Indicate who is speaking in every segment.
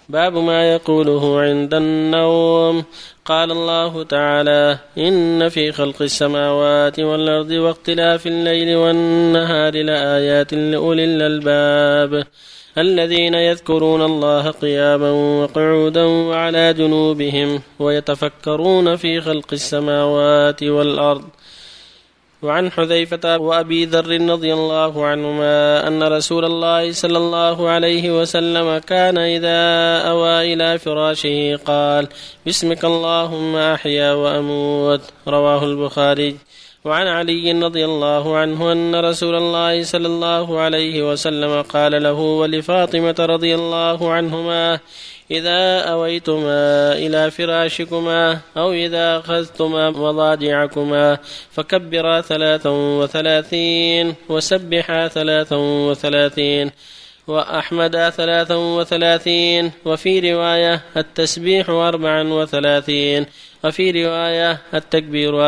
Speaker 1: باب ما يقوله عند النوم. قال الله تعالى: إن في خلق السماوات والأرض واختلاف الليل والنهار لآيات لأولي الألباب الذين يذكرون الله قياما وقعودا وعلى جنوبهم ويتفكرون في خلق السماوات والأرض. وعن حذيفة وأبي ذر رضي الله عنهما أن رسول الله صلى الله عليه وسلم كان إذا أوى إلى فراشه قال: باسمك اللهم أحيا وأموت. رواه البخاري. وعن علي رضي الله عنه أن رسول الله صلى الله عليه وسلم قال له ولفاطمة رضي الله عنهما: إذا أويتما إلى فراشكما أو إذا أخذتما مضاجعكما فكبرا 33 وسبحا 33 وأحمدا 33 وفي رواية التسبيح 34 وفي رواية التكبير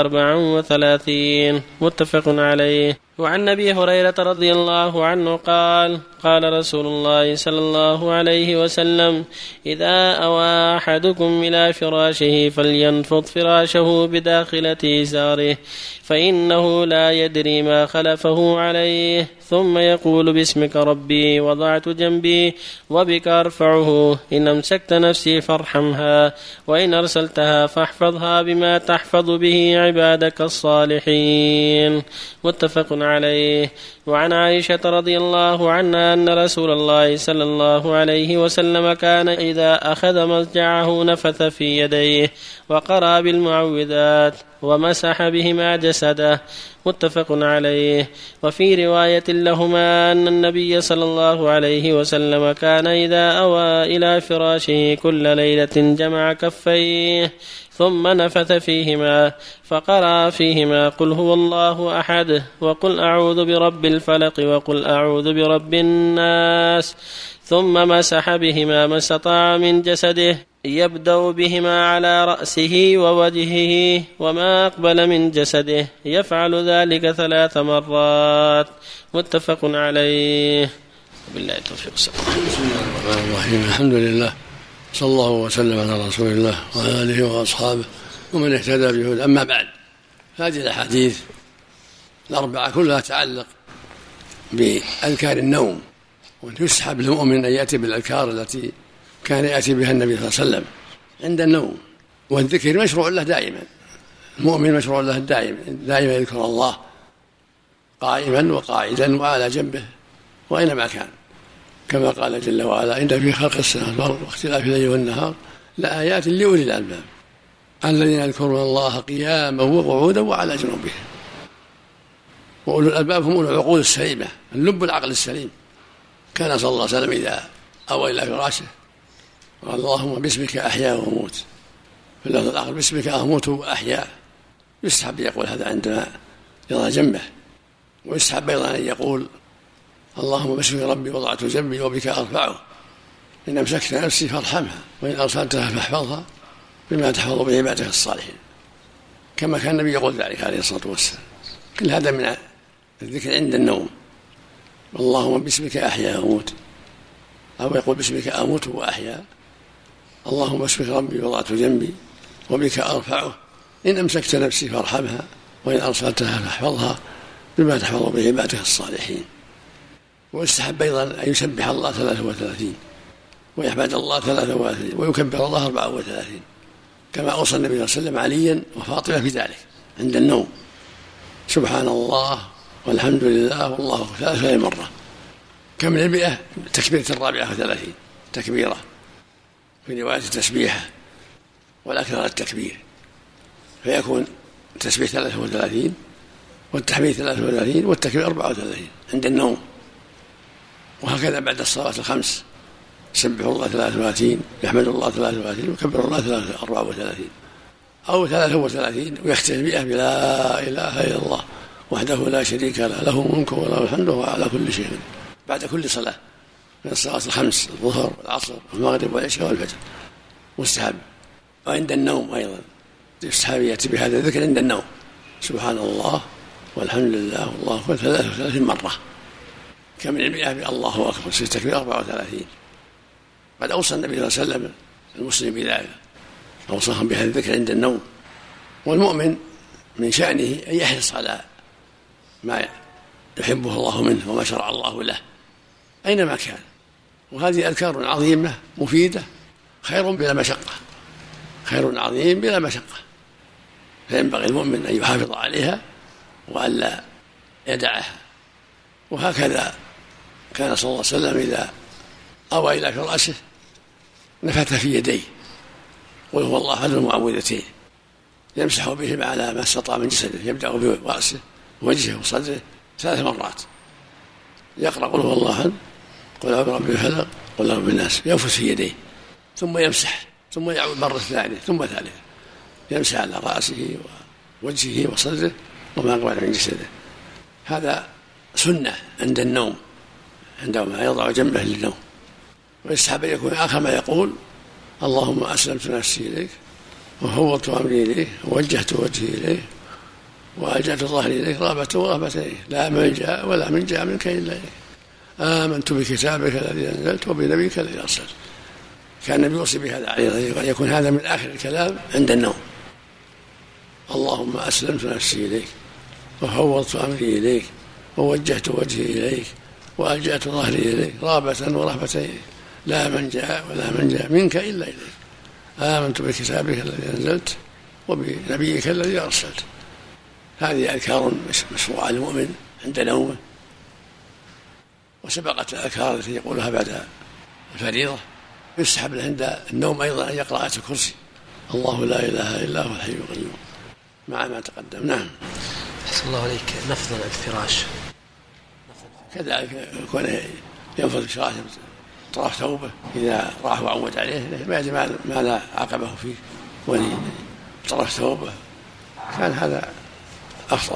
Speaker 1: 34. متفق عليه. وعن أبي هريرة رضي الله عنه قال: قال رسول الله صلى الله عليه وسلم: إذا أوى أحدكم إلى فراشه فلينفض فراشه بداخلة إزاره فإنه لا يدري ما خلفه عليه، ثم يقول: باسمك ربي وضعت جنبي وبك أرفعه، إن أمسكت نفسي فارحمها وإن أرسلتها فاحفظها بما تحفظ به عبادك الصالحين. متفق عليه. وعن عائشة رضي الله عنها أن رسول الله صلى الله عليه وسلم كان إذا أخذ مضجعه نفث في يديه وقرأ بالمعوذات ومسح بهما جسده. متفق عليه. وفي رواية لهما أن النبي صلى الله عليه وسلم كان إذا أوى إلى فراشه كل ليلة جمع كفيه ثم نفث فيهما فقرأ فيهما قل هو الله أحد وقل أعوذ برب الفلق وقل أعوذ برب الناس، ثم مسح بهما ما استطاع من جسده يبدأ بهما على رأسه ووجهه وما أقبل من جسده، يفعل ذلك 3 مرات. متفق عليه. بالله التوفيق.
Speaker 2: بسم الله الرحمن الرحيم. الحمد لله، صلى الله وسلم على رسول الله وعلى آله وأصحابه ومن اهتدى بهداه. أما بعد، هذه الأحاديث الأربعة كلها تعلق بأذكار النوم، وأن يسحب للمؤمن أن يأتي بالأذكار التي كان يأتي بها النبي صلى الله عليه وسلم عند النوم. والذكر مشروع له دائما، المؤمن مشروع له دائما يذكر الله قائما وقاعدا وعلى جنبه وأينما كان، كما قال جل وعلا: إن في خلق السماوات والأرض واختلاف الليل والنهار لآيات لأولي الألباب الذين يذكرون الله قياما وقعودا وعلى جنوبهم. وأولو الألباب هم أولو العقول السليمة، اللب العقل السليم. كان صلى الله عليه وسلم إذا أوى إلى فراشه قال: اللهم باسمك أحيا وأموت، في اللفظ الآخر: باسمك أموت وأحيا. يستحب يقول هذا عندما يضع جنبه، ويستحب أيضا أن يقول: اللهم باسمك ربي وضعت جنبي وبك أرفعه، إن أمسكت نفسي فارحمها وإن أرسلتها فاحفظها بما تحفظ به عبادك الصالحين، كما كان النبي يقول ذلك عليه الصلاة والسلام. كل هذا من الذكر عند النوم. اللهم باسمك أحيا وأموت، أو يقول: باسمك أموت وأحيا. اللهم باسمك ربي وضعت جنبي وبك أرفعه، إن أمسكت نفسي فارحمها وإن أرسلتها فاحفظها بما تحفظ به عبادك الصالحين. ويستحب أيضا أن يسبح الله 33 ويحمد الله 33 ويكبر الله 34، كما أوصى النبي صلى الله عليه وسلم عليا وفاطمة في ذلك عند النوم: سبحان الله والحمد لله والله أكبر 3 مرة، كمل 100 تكبيرة 34 تكبيرة، في رواية التسبيحة والأكثر التكبير، فيكون التسبيح 33 والتحميد 33 والتكبير 34 عند النوم. وهكذا بعد الصلاة الخمس: سبح الله 33 يحمد الله 33 ويكبر الله 34 أو 33 ويختم 100 بلا إله إلا الله وحده لا شريك له، له الملك وله الحمد وهو على كل شيء، بعد كل صلاة من الصلاة الخمس: الظهر والعصر والمغرب والعشاء والفجر. مستحب. وعند النوم أيضا يستحب يأتي بهذا الذكر عند النوم: سبحان الله والحمد لله والله أكبر 33 مرة، كمن 100 بالله أكبر 6 تكبير 34. قد أوصى النبي صلى الله عليه وسلم المسلم بذلك، أوصاهم بهذا الذكر عند النوم. والمؤمن من شأنه أن يحرص على ما يحبه الله منه وما شرع الله له أينما كان، وهذه أذكار عظيمة مفيدة، خير بلا مشقة، خير عظيم بلا مشقة، فينبغي المؤمن أن يحافظ عليها وألا يدعها. وهكذا كان صلى الله عليه وسلم إذا أوى إلى فراسه نفث في يديه قل هو الله أحد المعوذتين، يمسح بهما على ما استطاع من جسده، يبدأ برأسه ووجهه وصدره 3 مرات، يقرأ قل هو الله أحد، قل أعوذ برب الفلق، قل أعوذ بالناس، ينفث في يديه ثم يمسح، ثم يعود مرة ثانية ثم ثالثة، يمسح على رأسه ووجهه وصدره وما أقبل من جسده. هذا سنة عند النوم، عندما يضع جنبه للنوم. ويستحب أن يكون آخر ما يقول اللهم أسلمت نفسي إليك وفوضت أمري إليك ووجهت وجهي إليك وألجأت ظهري إليك رغبة ورهبة إليك، لا ملجأ ولا منجأ منك إلا إليك، آمنت بكتابك الذي أنزلت وبنبيك الذي أرسلت. كان النبي يوصي بهذا عليه، يكون هذا من آخر الكلام عند النوم، اللهم أسلمت نفسي إليك وفوضت أمري إليك ووجهت وجهي إليك وألجأت ظهري إليك رغبة ورهبة إليك، لا منجأ ولا منجأ منك إلا إليك، آمنت بكتابك الذي أنزلت وبنبيك الذي أرسلت. هذه أذكار مشروعة للمؤمن عند نومه. وسبقت الأذكار التي يقولها بعد الفريضة. يستحب له عند النوم أيضا أن يقرأ آية الكرسي، الله لا إله إلا هو الحي القيوم، مع ما تقدم. نعم.
Speaker 3: أحسن الله عليك. نفض الفراش
Speaker 2: كذلك يكون ينفض الفراش طرف ثوبه إذا راح وعود عليه، ما يدري ماذا عاقبه فيه ولطرف ثوبه، كان هذا أفضل.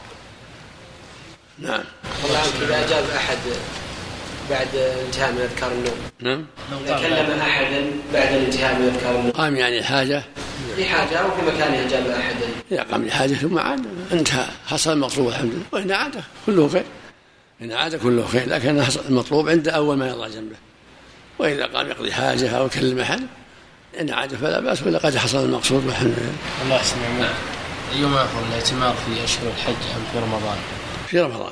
Speaker 2: نعم.
Speaker 3: إذا أجاب أحد بعد انتهاء من أذكار النوم،
Speaker 2: نعم،
Speaker 3: إذا كلم أحدا بعد الانتهاء من أذكار النوم،
Speaker 2: قام يعني الحاجة
Speaker 3: لحاجة أو في مكانه أجاب أحدا،
Speaker 2: إذا قام لحاجة ثم عاد انتهى، حصل المطلوب الحمد لله، وإن عاد كله خير، إن عاد كله خير، لكن المطلوب عند أول ما يضع جنبه. وإذا قام يقضي حاجة أو يكلم أحد إن عاد فلا بأس، ولا قد حصل المقصود والحمد لله.
Speaker 4: الله يسلمك. أيما أفضل، الاعتمار في أشهر الحج أم في رمضان؟
Speaker 2: في رمضان.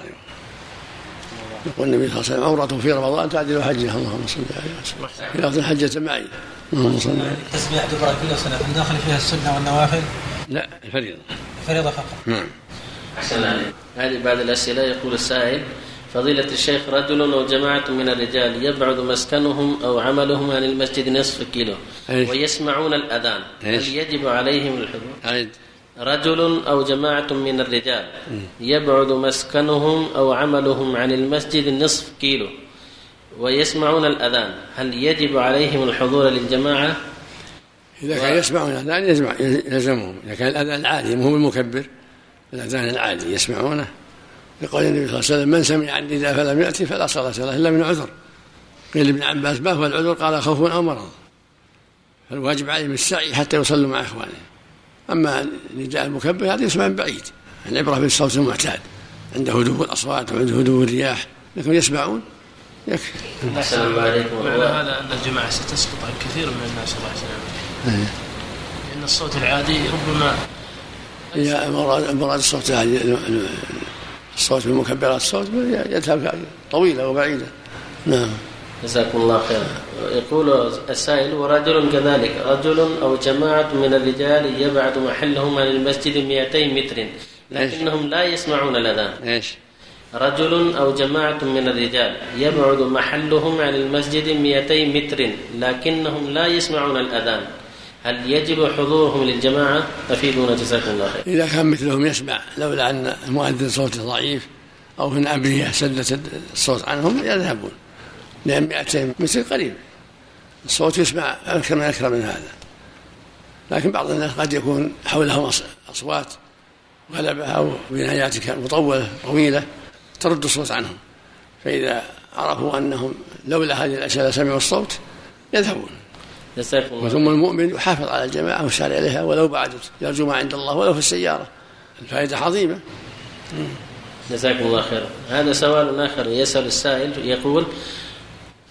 Speaker 2: يقول النبي صلى الله عليه وسلم عمرته في رمضان تعدل حجه، اللهم صل عليه وسلم، في لفظ حجة معي، اللهم صل عليه.
Speaker 5: تسبيح دبر كل سنة داخل فيها السنة والنوافل؟
Speaker 2: لا، الفريضة.
Speaker 5: الفريضة فقط.
Speaker 2: نعم.
Speaker 1: أحسن عليك. هذه بعد الأسئلة. يقول السائل: فضيلة الشيخ، رجل أو جماعة من الرجال يبعد مسكنهم أو عملهم عن المسجد نصف كيلو ويسمعون الأذان، هل يجب عليهم الحضور؟ رجل أو جماعة من الرجال يبعد مسكنهم أو عملهم عن المسجد نصف كيلو ويسمعون الأذان، هل يجب عليهم الحضور للجماعة؟
Speaker 2: إذا كان يسمعون الأذان يلزمهم، إذا كان الأذان العادي مو المكبر، الأذان العادي يسمعونه، يقول النبي صلى الله عليه وسلم: من سمع النداء فلم يأتي فلا صلاة له إلا من عذر. قيل لابن عباس: ما هو العذر؟ قال: خوف أو مرض. فالواجب عليهم السعي حتى يصلوا مع إخوانهم. أما النداء المكبر هذا يسمع من بعيد، العبرة بالصوت المعتاد عند هدوء الأصوات وعند هدوء الرياح، لكن يسمعون يكفي.
Speaker 1: السلام عليكم.
Speaker 4: معنى هذا أن الجماعة ستسقط عن كثير من الناس الله يسلمك، لأن الصوت العادي ربما
Speaker 2: هي مراد الصوت العادي، الصوت بمكبرات الصوت يذهب طويلة وبعيدة. نعم.
Speaker 1: جزاكم الله خيرا. يقول السائل: ورجل كذلك، رجل أو جماعة من الرجال يبعد محلهم عن المسجد 200 متر لكنهم لا يسمعون الأذان. رجل أو جماعة من الرجال يبعد محلهم عن المسجد 200 متر لكنهم لا يسمعون الأذان، هل يجب حضورهم للجماعة؟ أفيدونا جزاكم الله خير.
Speaker 2: إذا كان مثلهم يسمع، لولا أن المؤذن صوته ضعيف أو من أبرية سدت الصوت عنهم يذهبون، لأن 200 متر قريب، الصوت يسمع أكثر من هذا. لكن بعض الناس قد يكون حولهم أصوات غلبة أو بنايات مطولة طويلة ترد الصوت عنهم، فإذا عرفوا أنهم لولا هذه الأشياء سمعوا الصوت يذهبون. وثم المؤمن يحافظ على الجماعة ويسارع إليها ولو بعدت، يرجو ما عند الله ولو في السيارة، الفائدة عظيمة.
Speaker 1: جزاكم الله خير. هذا سؤال آخر يسأل السائل، يقول: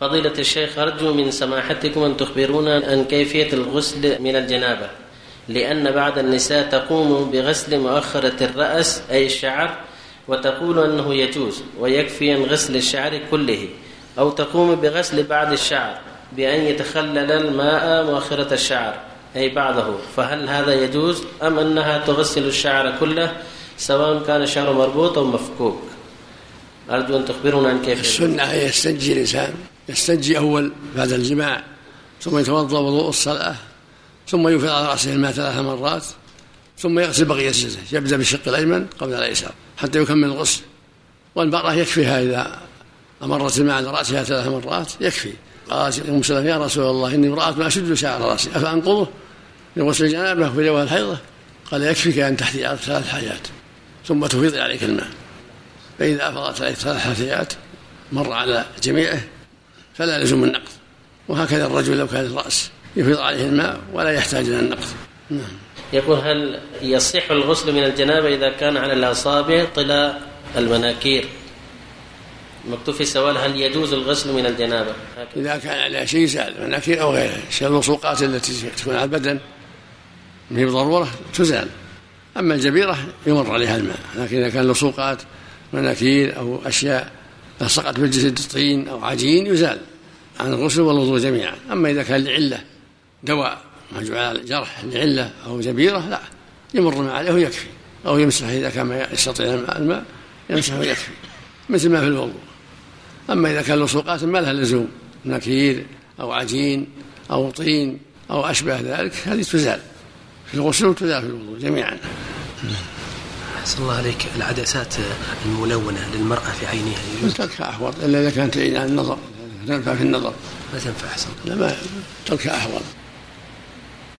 Speaker 1: فضيلة الشيخ، أرجو من سماحتكم أن تخبرونا عن كيفية الغسل من الجنابة، لأن بعض النساء تقوم بغسل مؤخرة الرأس أي الشعر وتقول أنه يجوز ويكفي عن غسل الشعر كله، أو تقوم بغسل بعض الشعر بأن يتخلل الماء مؤخرة الشعر أي بعضه، فهل هذا يجوز أم أنها تغسل الشعر كله سواء كان الشعر مربوط أو مفكوك؟ أرجو أن تخبرنا عن كيف.
Speaker 2: السنة يستنجي الإنسان، يستنجي أول بعد الجماع، ثم يتوضأ وضوء الصلاة، ثم يفيض على رأسه الماء 3 مرات، ثم يغسل بقية جسده، يبدأ بالشق الأيمن قبل الأيسر حتى يكمل الغسل. والمرأة يكفيها إذا أمرت الماء على رأسها 3 مرات يكفي. قالت أم سلمة يا رسول الله إني امرأة أشد شعر رأسي أفأنقضه لغسل الجنابة في جوها الحيضة؟ قال يكفيك أن تحتي على 3 حاجات ثم تفيض عليك الماء، فإذا أفضت عليك 3 حاجات مر على جميعه فلا لزوم النقض. وهكذا الرجل لو كان الرأس يفيض عليه الماء ولا يحتاج إلى النقض.
Speaker 1: يقول هل يصح الغسل من الجنابة إذا كان على الأصابع طلا المناكير؟ مكتوب في السؤال هل يجوز الغسل من الجنابة؟
Speaker 2: إذا كان على شيء زال مناكير أو غيره، اللصوقات التي تكون على البدن من ضرورة تزال، أما الجبيرة يمر عليها الماء. لكن إذا كان لصوقات مناكير أو أشياء لصقت بالجسد طين أو عجين يزال عن الغسل والوضوء جميعا. أما إذا كان لعلة دواء مجعول جرح لعلة أو جبيرة لا، يمر ما عليه ويكفي، أو يمسح إذا كان ما يستطيع الماء يمسح ويكفي مثل ما في الوضوء. أما إذا كان لصوقات ما لها لزوم نكير أو عجين أو طين أو أشبه ذلك هذه تزال في الغسل وتزال في الوضوء جميعا.
Speaker 6: أحسن الله عليك، العدسات الملونة للمرأة في عينها يجوز؟
Speaker 2: تركها أحوط إلا إذا كانت تعين عن النظر، تنفع في النظر
Speaker 6: ما تنفع. أحسن
Speaker 2: لا، ما تركها أحوط.